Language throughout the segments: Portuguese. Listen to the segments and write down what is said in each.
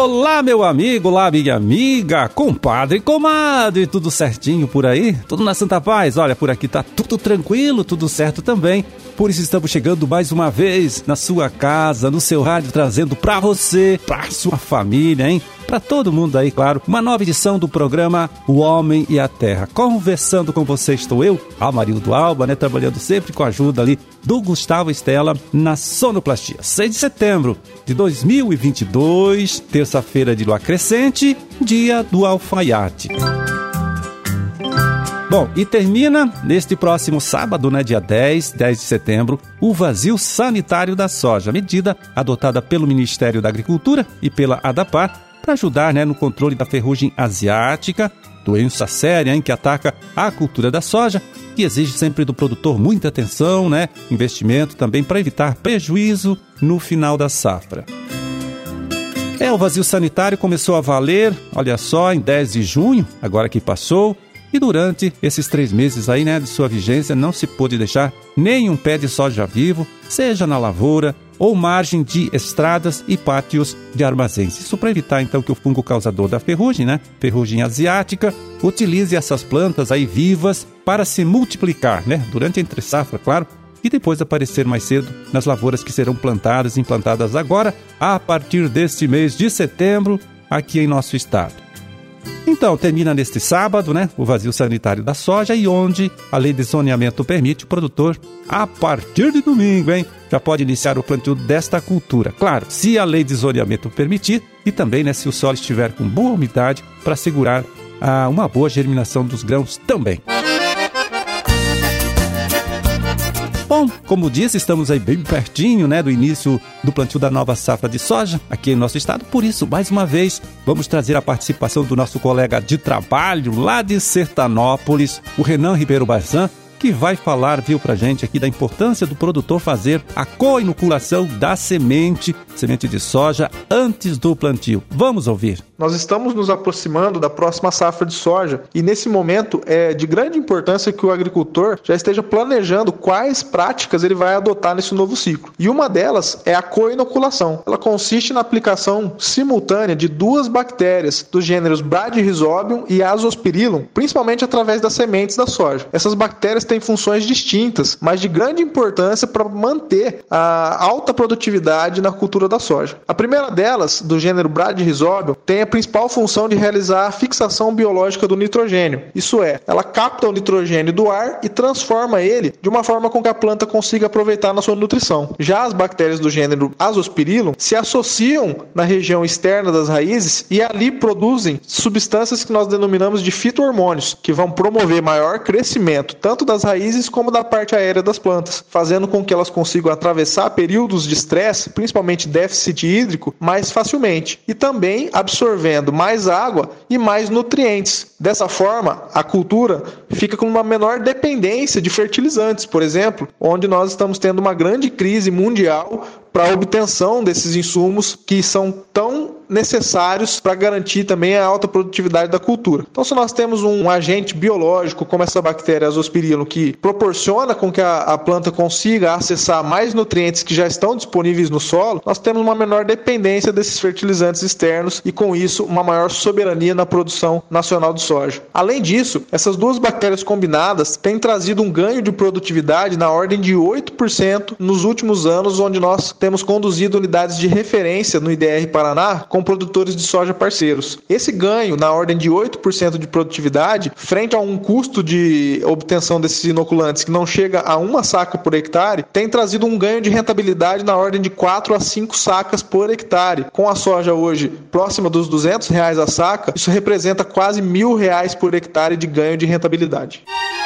Olá, meu amigo, olá, minha amiga, compadre, comadre, tudo certinho por aí? Tudo na Santa Paz? Olha, por aqui tá tudo tranquilo, tudo certo também. Por isso estamos chegando mais uma vez na sua casa, no seu rádio, trazendo pra você, pra sua família, hein? Pra todo mundo aí, claro, uma nova edição do programa O Homem e a Terra. Conversando com você estou eu, Amarildo Alba, né? Trabalhando sempre com a ajuda ali do Gustavo Estela na sonoplastia. 6 de setembro de 2022, terça-feira de lua crescente, dia do alfaiate. Bom, e termina neste próximo sábado, né, dia 10 de setembro, o vazio sanitário da soja, medida adotada pelo Ministério da Agricultura e pela ADAPAR para ajudar, né, no controle da ferrugem asiática, doença séria, hein, que ataca a cultura da soja, que exige sempre do produtor muita atenção, né, investimento também para evitar prejuízo no final da safra. O vazio sanitário começou a valer, olha só, em 10 de junho, agora que passou. E durante esses 3 meses aí, né, de sua vigência, não se pôde deixar nenhum pé de soja vivo, seja na lavoura ou margem de estradas e pátios de armazéns. Isso para evitar, então, que o fungo causador da ferrugem, né, ferrugem asiática, utilize essas plantas aí vivas para se multiplicar, né, durante a entre-safra, claro, e depois aparecer mais cedo nas lavouras que serão plantadas e implantadas agora, a partir deste mês de setembro, aqui em nosso estado. Então, termina neste sábado, né, o vazio sanitário da soja, e onde a lei de zoneamento permite o produtor, a partir de domingo, hein, já pode iniciar o plantio desta cultura. Claro, se a lei de zoneamento permitir e também, né, se o solo estiver com boa umidade para assegurar uma boa germinação dos grãos também. Bom, como disse, estamos aí bem pertinho, né, do início do plantio da nova safra de soja aqui em nosso estado. Por isso, mais uma vez, vamos trazer a participação do nosso colega de trabalho lá de Sertanópolis, o Renan Ribeiro Barzan, que vai falar, viu, pra gente aqui da importância do produtor fazer a co-inoculação da semente de soja antes do plantio. Vamos ouvir. Nós estamos nos aproximando da próxima safra de soja e nesse momento é de grande importância que o agricultor já esteja planejando quais práticas ele vai adotar nesse novo ciclo. E uma delas é a co-inoculação. Ela consiste na aplicação simultânea de 2 bactérias dos gêneros Bradyrhizobium e Azospirillum, principalmente através das sementes da soja. Essas bactérias têm funções distintas, mas de grande importância para manter a alta produtividade na cultura da soja. A primeira delas, do gênero Bradyrhizobium, tem a principal função de realizar a fixação biológica do nitrogênio. Isso é, ela capta o nitrogênio do ar e transforma ele de uma forma com que a planta consiga aproveitar na sua nutrição. Já as bactérias do gênero Azospirillum se associam na região externa das raízes e ali produzem substâncias que nós denominamos de fito-hormônios, que vão promover maior crescimento tanto das raízes como da parte aérea das plantas, fazendo com que elas consigam atravessar períodos de estresse, principalmente déficit hídrico, mais facilmente e também absorvendo mais água e mais nutrientes. Dessa forma, a cultura fica com uma menor dependência de fertilizantes, por exemplo, onde nós estamos tendo uma grande crise mundial para a obtenção desses insumos que são tão necessários para garantir também a alta produtividade da cultura. Então, se nós temos um agente biológico como essa bactéria Azospirillum que proporciona com que a planta consiga acessar mais nutrientes que já estão disponíveis no solo, nós temos uma menor dependência desses fertilizantes externos e, com isso, uma maior soberania na produção nacional de soja. Além disso, essas 2 bactérias combinadas têm trazido um ganho de produtividade na ordem de 8% nos últimos anos, onde nós temos conduzido unidades de referência no IDR Paraná com produtores de soja parceiros. Esse ganho na ordem de 8% de produtividade, frente a um custo de obtenção desses inoculantes que não chega a 1 saca por hectare, tem trazido um ganho de rentabilidade na ordem de 4 a 5 sacas por hectare. Com a soja hoje próxima dos R$200 a saca, isso representa quase R$1.000 por hectare de ganho de rentabilidade.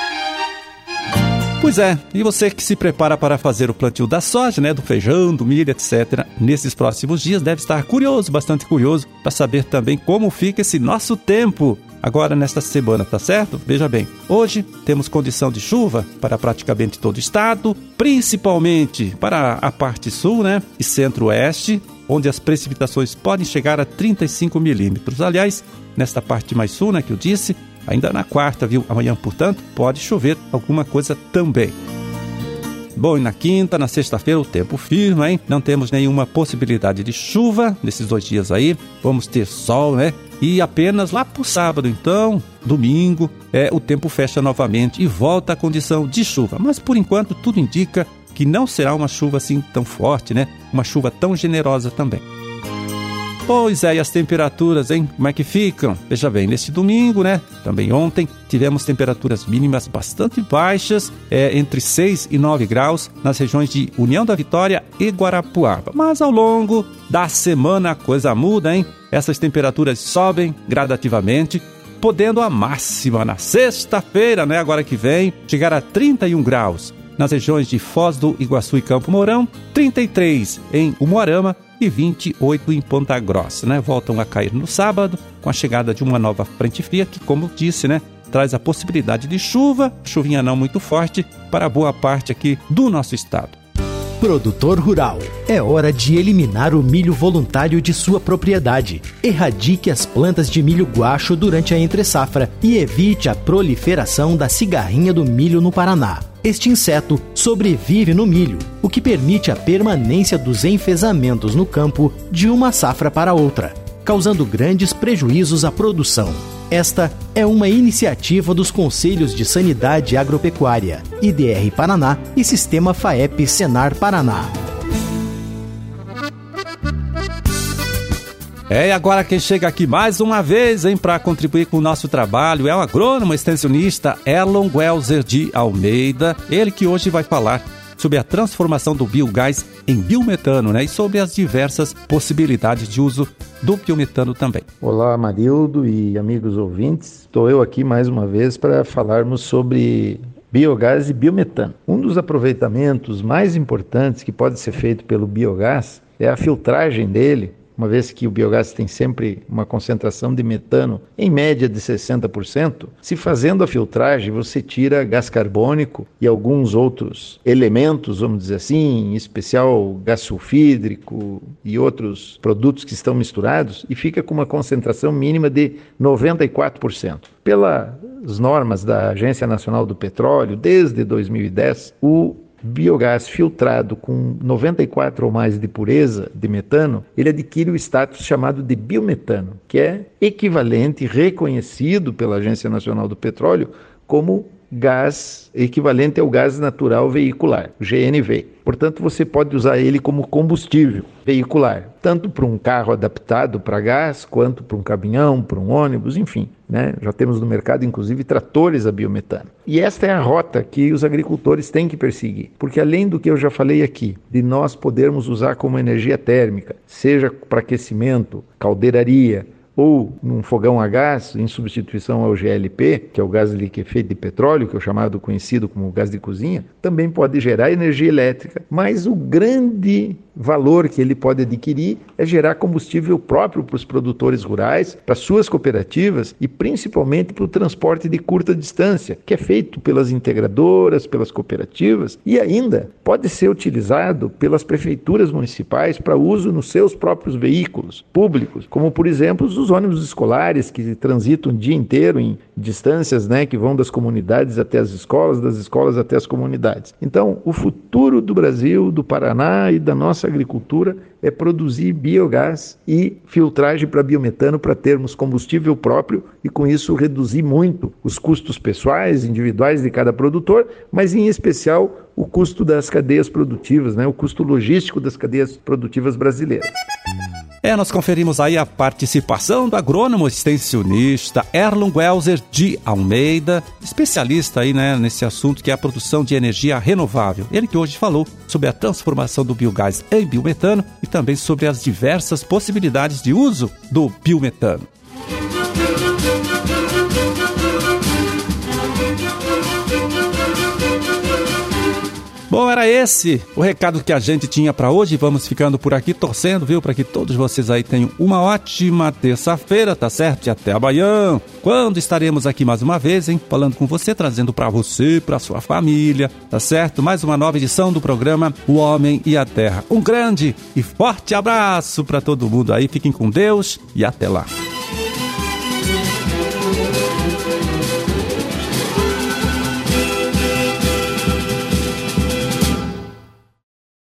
Pois é, e você que se prepara para fazer o plantio da soja, né, do feijão, do milho, etc., nesses próximos dias deve estar curioso, bastante curioso, para saber também como fica esse nosso tempo agora nesta semana, tá certo? Veja bem, hoje temos condição de chuva para praticamente todo o estado, principalmente para a parte sul, né, e centro-oeste, onde as precipitações podem chegar a 35 milímetros. Aliás, nesta parte mais sul, né, que eu disse, ainda na quarta, viu? Amanhã, portanto, pode chover alguma coisa também. Bom, e na quinta, na sexta-feira, o tempo firme, hein? Não temos nenhuma possibilidade de chuva nesses 2 dias aí. Vamos ter sol, né? E apenas lá pro sábado, então, domingo, o tempo fecha novamente e volta à condição de chuva. Mas, por enquanto, tudo indica que não será uma chuva assim tão forte, né? Uma chuva tão generosa também. Pois é, e as temperaturas, hein? Como é que ficam? Veja bem, neste domingo, né? Também ontem, tivemos temperaturas mínimas bastante baixas, entre 6 e 9 graus, nas regiões de União da Vitória e Guarapuava. Mas ao longo da semana a coisa muda, hein? Essas temperaturas sobem gradativamente, podendo a máxima na sexta-feira, né? Agora que vem, chegar a 31 graus. Nas regiões de Foz do Iguaçu e Campo Mourão, 33 em Umuarama e 28 em Ponta Grossa, né? Voltam a cair no sábado com a chegada de uma nova frente fria que, como disse, né, traz a possibilidade de chuva, chuvinha não muito forte, para boa parte aqui do nosso estado. Produtor rural, é hora de eliminar o milho voluntário de sua propriedade. Erradique as plantas de milho guacho durante a entre-safra e evite a proliferação da cigarrinha do milho no Paraná. Este inseto sobrevive no milho, o que permite a permanência dos enfezamentos no campo de uma safra para outra, causando grandes prejuízos à produção. Esta é uma iniciativa dos Conselhos de Sanidade Agropecuária, IDR Paraná e Sistema FAEP Senar Paraná. E agora quem chega aqui mais uma vez, hein, para contribuir com o nosso trabalho é o agrônomo extensionista Erlon Welser de Almeida. Ele que hoje vai falar sobre a transformação do biogás em biometano, né? E sobre as diversas possibilidades de uso do biometano também. Olá, Marildo e amigos ouvintes. Estou eu aqui mais uma vez para falarmos sobre biogás e biometano. Um dos aproveitamentos mais importantes que pode ser feito pelo biogás é a filtragem dele, uma vez que o biogás tem sempre uma concentração de metano em média de 60%, se fazendo a filtragem você tira gás carbônico e alguns outros elementos, vamos dizer assim, em especial gás sulfídrico e outros produtos que estão misturados, e fica com uma concentração mínima de 94%. Pelas normas da Agência Nacional do Petróleo, desde 2010, o biogás filtrado com 94 ou mais de pureza de metano, ele adquire o status chamado de biometano, que é equivalente, reconhecido pela Agência Nacional do Petróleo como gás equivalente ao gás natural veicular, o GNV. Portanto, você pode usar ele como combustível veicular, tanto para um carro adaptado para gás, quanto para um caminhão, para um ônibus, enfim, né? Já temos no mercado, inclusive, tratores a biometano. E esta é a rota que os agricultores têm que perseguir, porque além do que eu já falei aqui, de nós podermos usar como energia térmica, seja para aquecimento, caldeiraria, ou num fogão a gás, em substituição ao GLP, que é o gás liquefeito de petróleo, que é o conhecido como gás de cozinha, também pode gerar energia elétrica, mas o grande valor que ele pode adquirir é gerar combustível próprio para os produtores rurais, para suas cooperativas e principalmente para o transporte de curta distância, que é feito pelas integradoras, pelas cooperativas, e ainda pode ser utilizado pelas prefeituras municipais para uso nos seus próprios veículos públicos, como por exemplo os ônibus escolares que transitam o dia inteiro em distâncias, né, que vão das comunidades até as escolas, das escolas até as comunidades. Então, o futuro do Brasil, do Paraná e da nossa agricultura é produzir biogás e filtragem para biometano para termos combustível próprio e com isso reduzir muito os custos pessoais, individuais de cada produtor, mas em especial o custo das cadeias produtivas, né, o custo logístico das cadeias produtivas brasileiras. Nós conferimos aí a participação do agrônomo extensionista Erlon Welser de Almeida, especialista aí, né, nesse assunto que é a produção de energia renovável. Ele que hoje falou sobre a transformação do biogás em biometano e também sobre as diversas possibilidades de uso do biometano. Bom, era esse o recado que a gente tinha para hoje. Vamos ficando por aqui torcendo, viu? Para que todos vocês aí tenham uma ótima terça-feira, tá certo? E até amanhã, quando estaremos aqui mais uma vez, hein? Falando com você, trazendo para você, para sua família, tá certo? Mais uma nova edição do programa O Homem e a Terra. Um grande e forte abraço para todo mundo aí. Fiquem com Deus e até lá.